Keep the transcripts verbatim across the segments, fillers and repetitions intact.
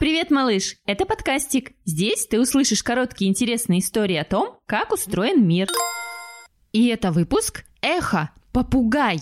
Привет, малыш! Это подкастик. Здесь ты услышишь короткие интересные истории о том, как устроен мир. И это выпуск «Эхо. Попугай».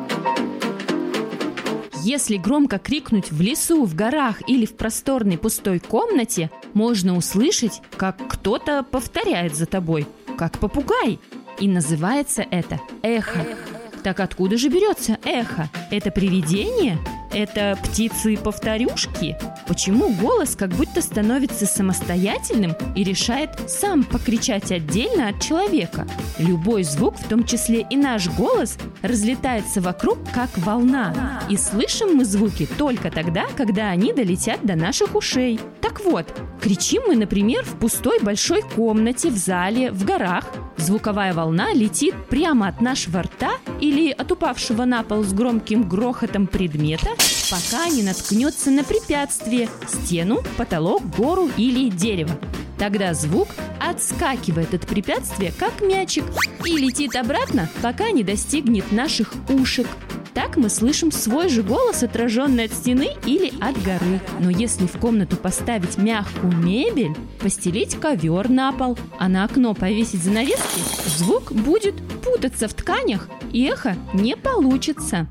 Если громко крикнуть в лесу, в горах или в просторной пустой комнате, можно услышать, как кто-то повторяет за тобой, как попугай. И называется это эхо. Так откуда же берется эхо? Это привидение? Это птицы-повторюшки? Почему голос как будто становится самостоятельным и решает сам покричать отдельно от человека? Любой звук, в том числе и наш голос, разлетается вокруг, как волна. И слышим мы звуки только тогда, когда они долетят до наших ушей. Так вот, кричим мы, например, в пустой большой комнате, в зале, в горах. Звуковая волна летит прямо от нашего рта или от упавшего на пол с громким грохотом предмета, пока не наткнется на препятствие – стену, потолок, гору или дерево. Тогда звук отскакивает от препятствия, как мячик, и летит обратно, пока не достигнет наших ушек. Так мы слышим свой же голос, отраженный от стены или от горы. Но если в комнату поставить мягкую мебель, постелить ковер на пол, а на окно повесить занавески, звук будет путаться в тканях, и эхо не получится.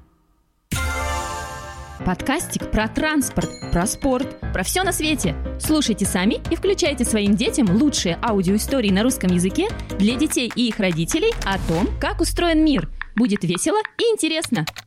Подкастик про транспорт, про спорт, про все на свете. Слушайте сами и включайте своим детям лучшие аудиоистории на русском языке для детей и их родителей о том, как устроен мир. Будет весело и интересно.